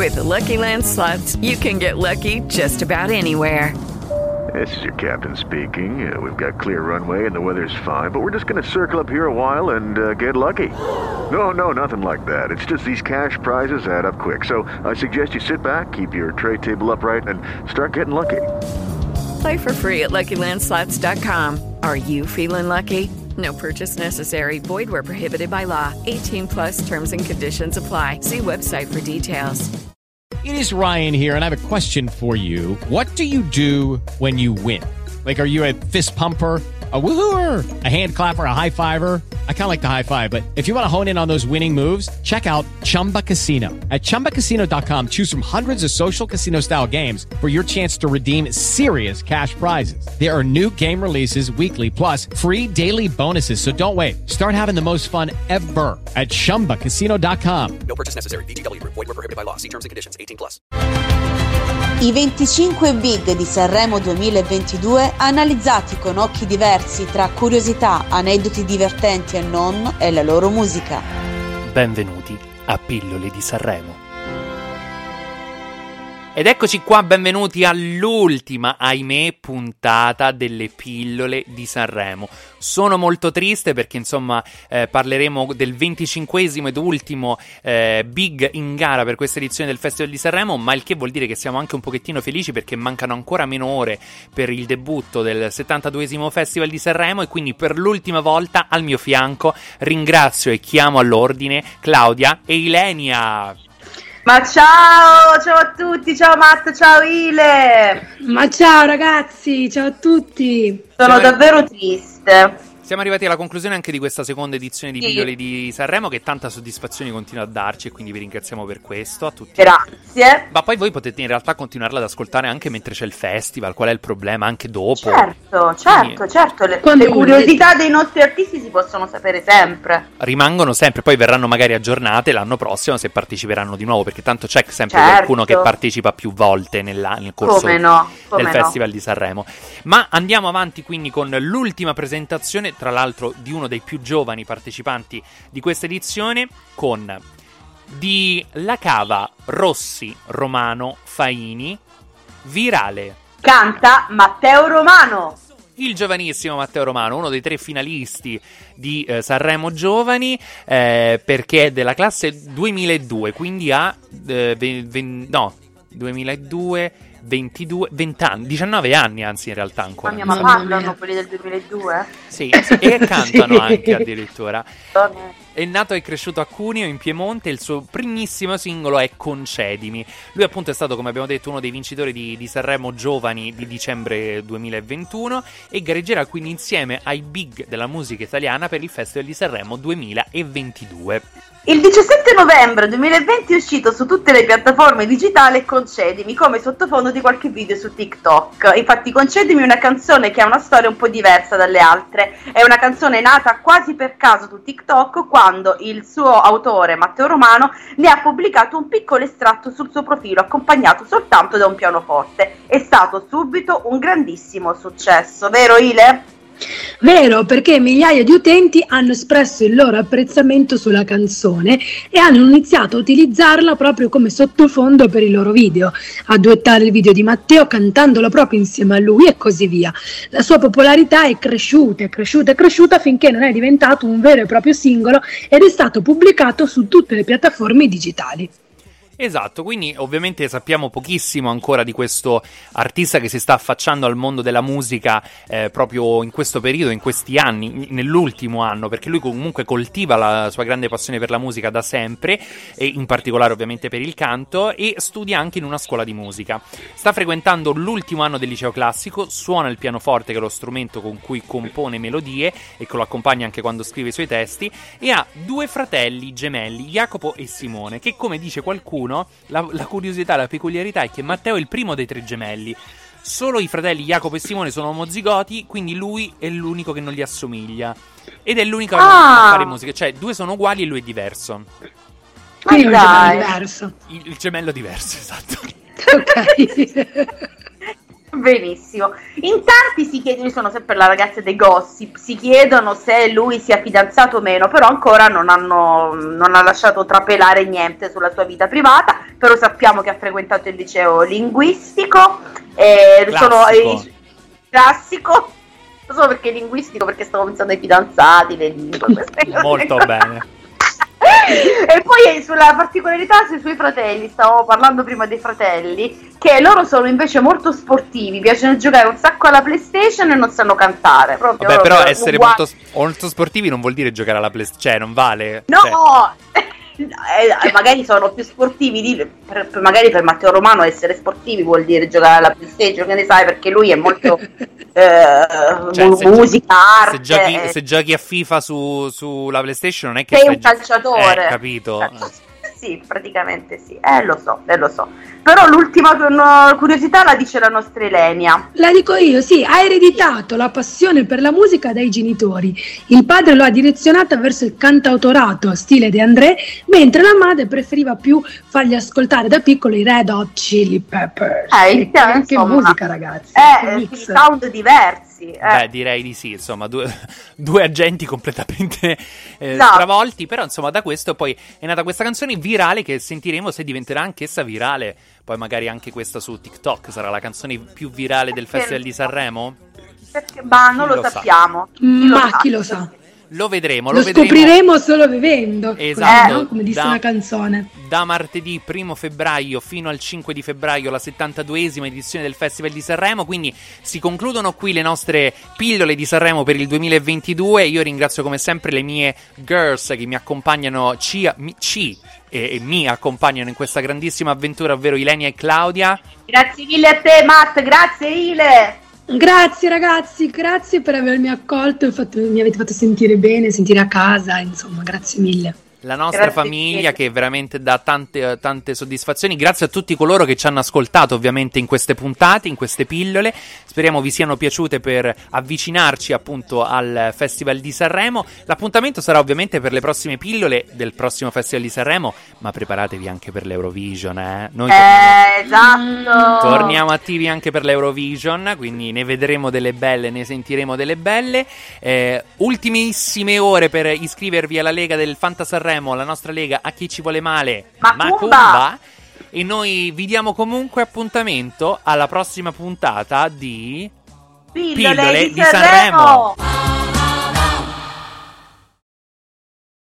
With the Lucky Land Slots, you can get lucky just about anywhere. This is your captain speaking. We've got clear runway and the weather's fine, but we're just going to circle up here a while and get lucky. No, nothing like that. It's just these cash prizes add up quick. So I suggest you sit back, keep your tray table upright, and start getting lucky. Play for free at LuckyLandSlots.com. Are you feeling lucky? No purchase necessary. Void where prohibited by law. 18 plus terms and conditions apply. See website for details. It is Ryan here, and I have a question for you. What do you do when you win? Like, are you a fist pumper, a woohooer, a hand clapper, a high fiver? I kind of like the high five, but if you want to hone in on those winning moves, check out Chumba Casino. At ChumbaCasino.com, choose from hundreds of social casino-style games for your chance to redeem serious cash prizes. There are new game releases weekly, plus free daily bonuses, so don't wait. Start having the most fun ever at ChumbaCasino.com. No purchase necessary. VGW Group. Void where prohibited by law. See terms and conditions. 18 plus. I 25 Big di Sanremo 2022, analizzati con occhi diversi tra curiosità, aneddoti divertenti e non, e la loro musica. Benvenuti a Pillole di Sanremo. Ed eccoci qua, benvenuti all'ultima, ahimè, puntata delle Pillole di Sanremo. Sono molto triste perché, insomma, parleremo del 25esimo ed ultimo Big in gara per questa edizione del Festival di Sanremo, ma il che vuol dire che siamo anche un pochettino felici perché mancano ancora meno ore per il debutto del 72esimo Festival di Sanremo, e quindi per l'ultima volta al mio fianco ringrazio e chiamo all'ordine Claudia e Ilenia. Ma ciao a tutti, ciao Matt, ciao Ile. Ma ciao ragazzi, ciao a tutti. Sono davvero triste. Siamo arrivati alla conclusione anche di questa seconda edizione di Pillole di Sanremo, che tanta soddisfazione continua a darci, e quindi vi ringraziamo per questo a tutti. Grazie. Ma poi voi potete in realtà continuarla ad ascoltare anche mentre c'è il festival, qual è il problema? Anche dopo. Certo. Le curiosità dei nostri artisti si possono sapere sempre. Rimangono sempre, poi verranno magari aggiornate l'anno prossimo se parteciperanno di nuovo, perché tanto c'è sempre qualcuno che partecipa più volte nel corso del Festival di Sanremo. Ma andiamo avanti quindi con l'ultima presentazione, tra l'altro di uno dei più giovani partecipanti di questa edizione, con di La Cava, Rossi, Romano, Faini, virale. Canta Matteo Romano. Il giovanissimo Matteo Romano, uno dei 3 finalisti di Sanremo Giovani, perché è della classe 2002, quindi ha 2002... 20 anni, 19 anni anzi in realtà ancora. Ma parlano quelli del 2002? Sì, e cantano anche addirittura. È nato e cresciuto a Cuneo in Piemonte, il suo primissimo singolo è Concedimi. Lui appunto è stato, come abbiamo detto, uno dei vincitori di Sanremo Giovani di dicembre 2021 e gareggerà quindi insieme ai big della musica italiana per il Festival di Sanremo 2022. Il 17 novembre 2020 è uscito su tutte le piattaforme digitali Concedimi, come sottofondo di qualche video su TikTok. Infatti Concedimi è una canzone che ha una storia un po' diversa dalle altre. È una canzone nata quasi per caso su TikTok, quando il suo autore, Matteo Romano, ne ha pubblicato un piccolo estratto sul suo profilo, accompagnato soltanto da un pianoforte. È stato subito un grandissimo successo, vero Ile? Vero, perché migliaia di utenti hanno espresso il loro apprezzamento sulla canzone e hanno iniziato a utilizzarla proprio come sottofondo per i loro video, a duettare il video di Matteo cantandola proprio insieme a lui e così via. La sua popolarità è cresciuta finché non è diventato un vero e proprio singolo ed è stato pubblicato su tutte le piattaforme digitali. Esatto, quindi ovviamente sappiamo pochissimo ancora di questo artista che si sta affacciando al mondo della musica proprio in questo periodo, in questi anni, nell'ultimo anno, perché lui comunque coltiva la sua grande passione per la musica da sempre, e in particolare ovviamente per il canto, e studia anche in una scuola di musica. Sta frequentando l'ultimo anno del liceo classico, suona il pianoforte, che è lo strumento con cui compone melodie e che lo accompagna anche quando scrive i suoi testi, e ha 2 fratelli gemelli, Jacopo e Simone, che, come dice qualcuno, la curiosità, la peculiarità è che Matteo è il primo dei 3 gemelli. Solo i fratelli Jacopo e Simone sono omozigoti, quindi lui è l'unico che non gli assomiglia ed è l'unico a fare musica, cioè 2 sono uguali e lui è diverso. Quindi un gemello diverso. Il gemello diverso, esatto. Ok. Benissimo. In tanti si chiedono, io sono sempre la ragazza dei gossip, si chiedono se lui sia fidanzato o meno, però ancora non ha lasciato trapelare niente sulla sua vita privata, però sappiamo che ha frequentato il liceo linguistico, classico, non so perché linguistico, perché stavo pensando ai fidanzati, le lingue, molto bene. E poi sulla particolarità sui suoi fratelli, stavo parlando prima dei fratelli, che loro sono invece molto sportivi, piacciono giocare un sacco alla PlayStation e non sanno cantare. Proprio. Vabbè, però essere molto sportivi non vuol dire giocare alla PlayStation, cioè non vale. No! Magari sono più sportivi magari per Matteo Romano essere sportivi vuol dire giocare alla PlayStation, che ne sai, perché lui è molto musica, arte. Se giochi a FIFA sulla PlayStation non è che sei un calciatore, capito? Sì, praticamente sì, lo so. Però l'ultima curiosità la dice la nostra Elenia. La dico io, sì, ha ereditato la passione per la musica dai genitori. Il padre lo ha direzionata verso il cantautorato stile De André, mentre la madre preferiva più fargli ascoltare da piccolo i Red Hot Chili Peppers. Che musica, ragazzi. Sound diversi. Beh, direi di sì, insomma, due agenti completamente stravolti, però insomma da questo poi è nata questa canzone virale che sentiremo se diventerà anch'essa virale, poi magari anche questa su TikTok sarà la canzone più virale del Festival di Sanremo? Ma non lo sappiamo. Chi lo sa? Lo vedremo. Lo scopriremo solo vivendo. Esatto. No? Come disse una canzone. Da martedì 1 febbraio fino al 5 di febbraio la 72esima edizione del Festival di Sanremo, quindi si concludono qui le nostre pillole di Sanremo per il 2022. Io ringrazio come sempre le mie girls che mi accompagnano, e mi accompagnano in questa grandissima avventura, ovvero Ilenia e Claudia. Grazie mille a te, Matt, grazie Ile. Grazie ragazzi, grazie per avermi accolto, mi avete fatto sentire bene, sentire a casa, insomma, grazie mille. La nostra famiglia che veramente dà tante soddisfazioni. Grazie a tutti coloro che ci hanno ascoltato ovviamente in queste puntate, in queste pillole. Speriamo vi siano piaciute per avvicinarci appunto al Festival di Sanremo. L'appuntamento sarà ovviamente per le prossime pillole del prossimo Festival di Sanremo, ma preparatevi anche per l'Eurovision, Noi esatto. Torniamo attivi anche per l'Eurovision, quindi ne vedremo delle belle, ne sentiremo delle belle. Ultimissime ore per iscrivervi alla Lega del Fanta Sanremo, la nostra lega A Chi Ci Vuole Male, Macumba. E noi vi diamo comunque appuntamento alla prossima puntata di Pillole di Sanremo.